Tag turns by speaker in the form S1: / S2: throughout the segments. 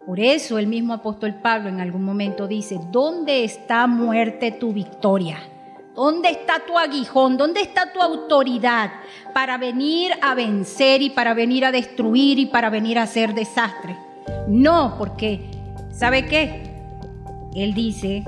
S1: Por eso el mismo apóstol Pablo en algún momento dice: ¿dónde está, muerte, tu victoria? ¿Dónde está tu aguijón? ¿Dónde está tu autoridad para venir a vencer y para venir a destruir y para venir a hacer desastre? No, porque ¿sabe qué? Él dice: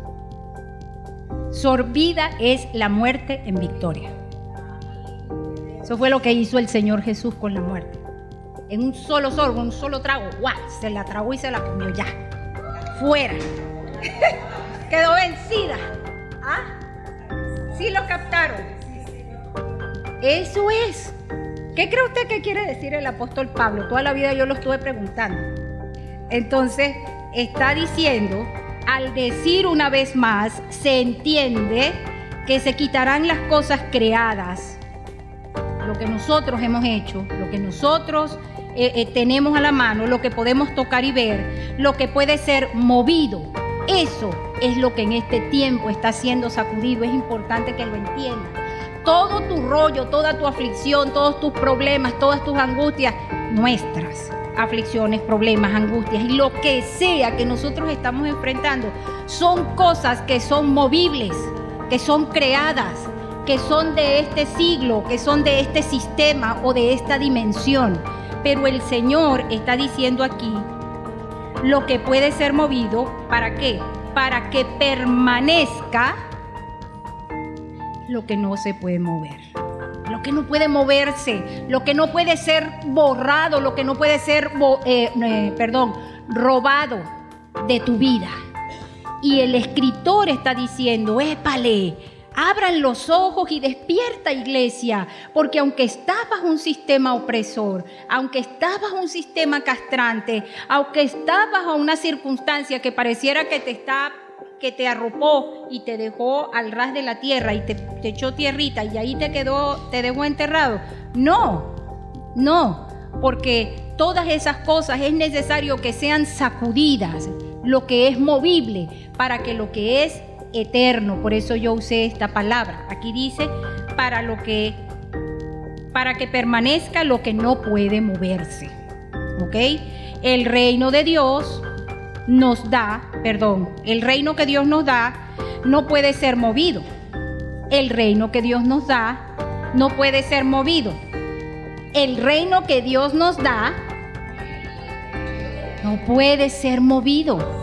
S1: sorbida es la muerte en victoria. Eso fue lo que hizo el Señor Jesús con la muerte. En un solo sorbo, un solo trago, ¡guau! Se la tragó y se la comió ya. Fuera. Quedó vencida. ¿Ah? ¿Sí lo captaron? Eso es. ¿Qué cree usted que quiere decir el apóstol Pablo? Toda la vida yo lo estuve preguntando. Entonces, está diciendo, al decir una vez más, se entiende que se quitarán las cosas creadas, lo que nosotros hemos hecho, lo que nosotros tenemos a la mano, lo que podemos tocar y ver, lo que puede ser movido. Eso es lo que en este tiempo está siendo sacudido. Es importante que lo entiendas. Todo tu rollo, toda tu aflicción, todos tus problemas, todas tus angustias, nuestras aflicciones, problemas, angustias y lo que sea que nosotros estamos enfrentando, son cosas que son movibles, que son creadas, que son de este siglo, que son de este sistema o de esta dimensión. Pero el Señor está diciendo aquí lo que puede ser movido. ¿Para qué? Para que permanezca lo que no se puede mover, lo que no puede moverse, lo que no puede ser borrado, lo que no puede ser robado de tu vida. Y el escritor está diciendo: épale, abran los ojos y despierta, iglesia, porque aunque estás bajo un sistema opresor, aunque estás bajo un sistema castrante, aunque estás bajo una circunstancia que pareciera que te arropó y te dejó al ras de la tierra y te echó tierrita y ahí te dejó enterrado. No, porque todas esas cosas es necesario que sean sacudidas, lo que es movible, para que lo que es eterno, por eso yo usé esta palabra. Aquí dice para que permanezca lo que no puede moverse. ¿Ok? El reino que Dios nos da no puede ser movido. El reino que Dios nos da no puede ser movido. El reino que Dios nos da no puede ser movido.